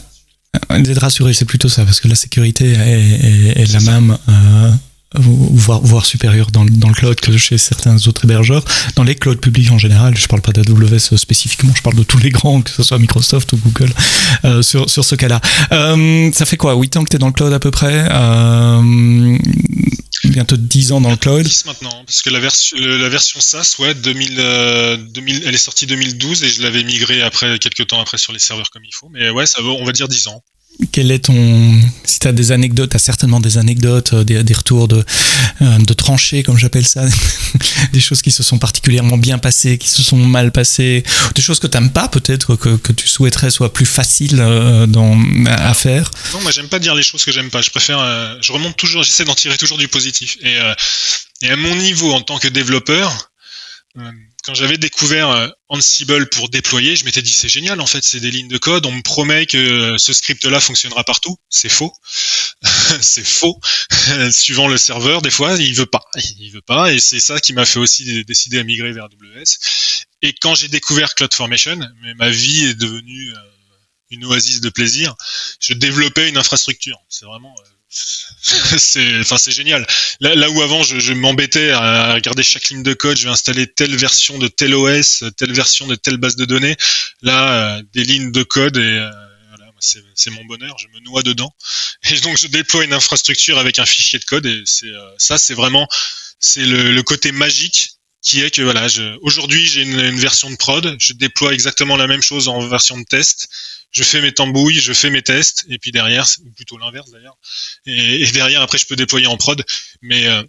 D'être rassuré, c'est plutôt ça, parce que la sécurité est, est, est la ça. même, euh, voire, voire supérieure dans, dans le cloud que chez certains autres hébergeurs. Dans les clouds publics en général, je parle pas d'A W S spécifiquement, je parle de tous les grands, que ce soit Microsoft ou Google, euh, sur, sur ce cas-là. Euh, ça fait quoi, huit ans que tu es dans le cloud à peu près euh, bientôt dix ans dans le cloud. dix maintenant, parce que la version, la version SaaS, ouais, deux mille, euh, deux mille, elle est sortie deux mille douze et je l'avais migrée après, quelques temps après sur les serveurs comme il faut. Mais ouais, ça va, on va dire dix ans. Quel est ton, si tu as des anecdotes, tu as certainement des anecdotes, des, des retours de, de tranchées, comme j'appelle ça, des choses qui se sont particulièrement bien passées, qui se sont mal passées, des choses que tu n'aimes pas peut-être, que, que tu souhaiterais soit plus facile dans, à faire. Non, moi j'aime pas dire les choses que j'aime pas, je préfère, euh, je remonte toujours, j'essaie d'en tirer toujours du positif. Et, euh, et à mon niveau en tant que développeur, euh, quand j'avais découvert euh, Ansible pour déployer, je m'étais dit c'est génial, en fait c'est des lignes de code, on me promet que ce script-là fonctionnera partout, c'est faux, c'est faux, suivant le serveur, des fois il veut pas, il veut pas, et c'est ça qui m'a fait aussi décider à migrer vers A W S. Et quand j'ai découvert CloudFormation, mais ma vie est devenue euh, une oasis de plaisir, je développais une infrastructure, c'est vraiment... Euh, c'est, enfin, c'est génial. Là, là où avant, je, je m'embêtais à regarder chaque ligne de code, je vais installer telle version de tel O S, telle version de telle base de données. Là, euh, des lignes de code et euh, voilà, c'est, c'est mon bonheur, je me noie dedans. Et donc, je déploie une infrastructure avec un fichier de code et c'est euh, ça, c'est vraiment, c'est le, le côté magique qui est que voilà, je, aujourd'hui, j'ai une, une version de prod, je déploie exactement la même chose en version de test. Je fais mes tambouilles, je fais mes tests, et puis derrière, ou plutôt l'inverse d'ailleurs, et, et derrière, après, je peux déployer en prod, mais... Euh...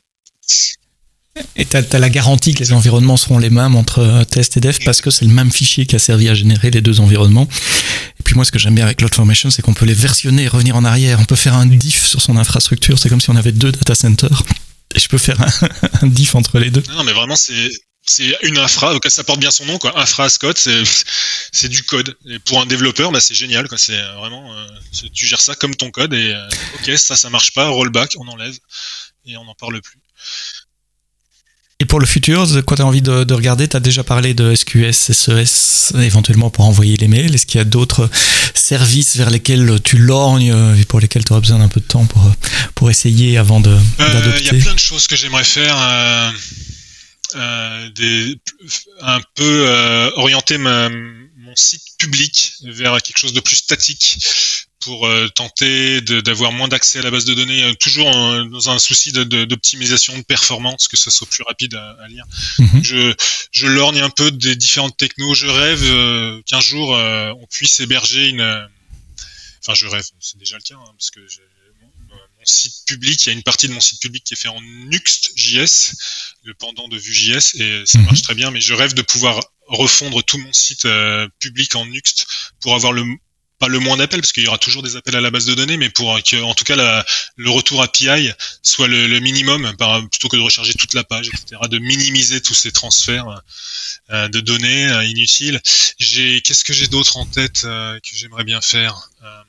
Et tu as la garantie que les environnements seront les mêmes entre test et dev, parce que c'est le même fichier qui a servi à générer les deux environnements. Et puis moi, ce que j'aime bien avec CloudFormation, c'est qu'on peut les versionner et revenir en arrière. On peut faire un diff sur son infrastructure, c'est comme si on avait deux data centers, et je peux faire un, un diff entre les deux. Non, non mais vraiment, c'est... C'est une infra, donc ça porte bien son nom, quoi. Infra as code, c'est, c'est du code. Et pour un développeur, bah, c'est génial, quoi. C'est vraiment, euh, c'est, tu gères ça comme ton code et, euh, ok, ça, ça marche pas, rollback, on enlève et on n'en parle plus. Et pour le futur, quoi tu as envie de, de regarder? Tu as déjà parlé de S Q S, S E S, éventuellement pour envoyer les mails. Est-ce qu'il y a d'autres services vers lesquels tu lorgnes et pour lesquels tu auras besoin d'un peu de temps pour, pour essayer avant de, euh, d'adopter? Il y a plein de choses que j'aimerais faire. Euh... Euh, des, un peu euh, orienter ma, mon site public vers quelque chose de plus statique pour euh, tenter de, d'avoir moins d'accès à la base de données, euh, toujours euh, dans un souci de, de, d'optimisation de performance, que ce soit plus rapide à, à lire. Mm-hmm. Je, je lorgne un peu des différentes technos. Je rêve euh, qu'un jour euh, on puisse héberger une... Euh, enfin, je rêve, c'est déjà le cas, hein, parce que j'ai mon site public, il y a une partie de mon site public qui est fait en Nuxt.js, le pendant de Vue.js, et ça marche très bien, mais je rêve de pouvoir refondre tout mon site euh, public en Nuxt pour avoir le, pas le moins d'appels, parce qu'il y aura toujours des appels à la base de données, mais pour que, en tout cas, la, le retour A P I soit le, le minimum, par, plutôt que de recharger toute la page, et cetera, de minimiser tous ces transferts euh, de données euh, inutiles. J'ai, qu'est-ce que j'ai d'autre en tête euh, que j'aimerais bien faire euh,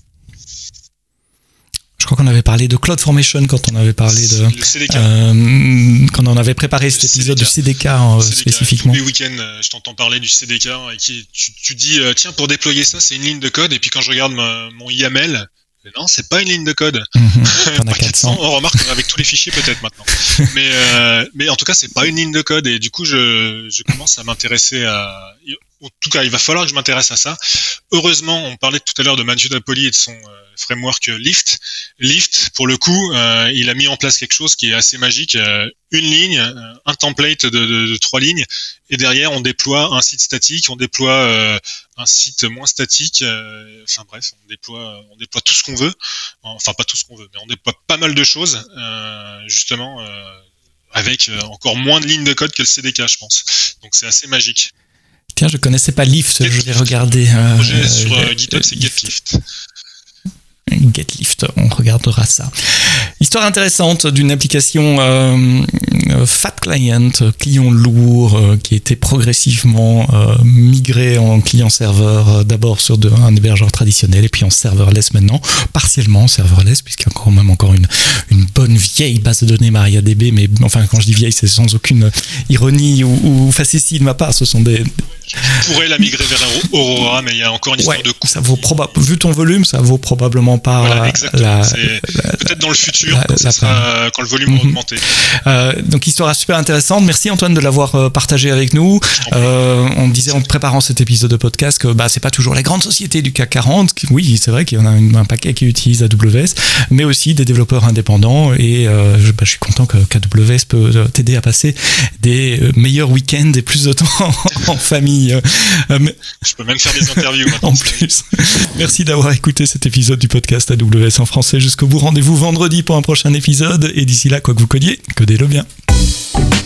Je crois qu'on avait parlé de CloudFormation quand on avait parlé de le C D K. Euh, quand on avait préparé cet épisode C D K. du C D K, euh, C D K. spécifiquement. Tous les week-ends, je t'entends parler du C D K et qui, tu, tu dis euh, tiens, pour déployer ça, c'est une ligne de code, et puis quand je regarde ma, mon Y M L, non, c'est pas une ligne de code. Mm-hmm. T'en as quatre cents. On remarque avec tous les fichiers peut-être maintenant. Mais euh, mais en tout cas, c'est pas une ligne de code, et du coup, je je commence à m'intéresser à. En tout cas, il va falloir que je m'intéresse à ça. Heureusement, on parlait tout à l'heure de Mathieu Napoli et de son euh, framework Lift. Lift, pour le coup, euh, il a mis en place quelque chose qui est assez magique. Euh, une ligne, un template de, de, de trois lignes, et derrière, on déploie un site statique, on déploie euh, un site moins statique. Euh, enfin bref, on déploie, on déploie tout ce qu'on veut. Enfin, pas tout ce qu'on veut, mais on déploie pas mal de choses, euh, justement, euh, avec encore moins de lignes de code que le C D K, je pense. Donc, c'est assez magique. Tiens, je connaissais pas Lift, je vais regarder. Le projet euh, sur euh, GitHub, c'est GetLift. GetLift, on regardera ça. Histoire intéressante d'une application euh, Fat Client, client lourd, euh, qui était progressivement euh, migré en client-serveur, euh, d'abord sur de, un hébergeur traditionnel et puis en serverless maintenant, partiellement en serverless, puisqu'il y a quand même encore une, une bonne vieille base de données MariaDB, mais enfin quand je dis vieille, c'est sans aucune ironie ou, ou facétie de ma part, ce sont des... Je pourrais la migrer vers Aurora, mais il y a encore une histoire ouais, de coût. Ça vaut proba- vu ton volume, ça vaut probablement pas voilà, exactement. la, c'est la, peut-être dans le futur, la, quand, ça la, sera, la, quand le volume mm-hmm. aura augmenté. Euh, donc histoire super intéressante. Merci Antoine de l'avoir partagé avec nous. Euh, on disait en préparant cet épisode de podcast que bah c'est pas toujours les grandes sociétés du C A C quarante. Qui, oui, c'est vrai qu'il y en a un, un paquet qui utilise A W S, mais aussi des développeurs indépendants. Et euh, je, bah, je suis content que A W S peut t'aider à passer des meilleurs week-ends et plus de temps en famille. Euh, mais... Je peux même faire des interviews maintenant. En plus. Merci d'avoir écouté cet épisode du podcast A W S en français jusqu'au bout. Rendez-vous vendredi pour un prochain épisode. Et d'ici là, quoi que vous codiez, codez-le bien.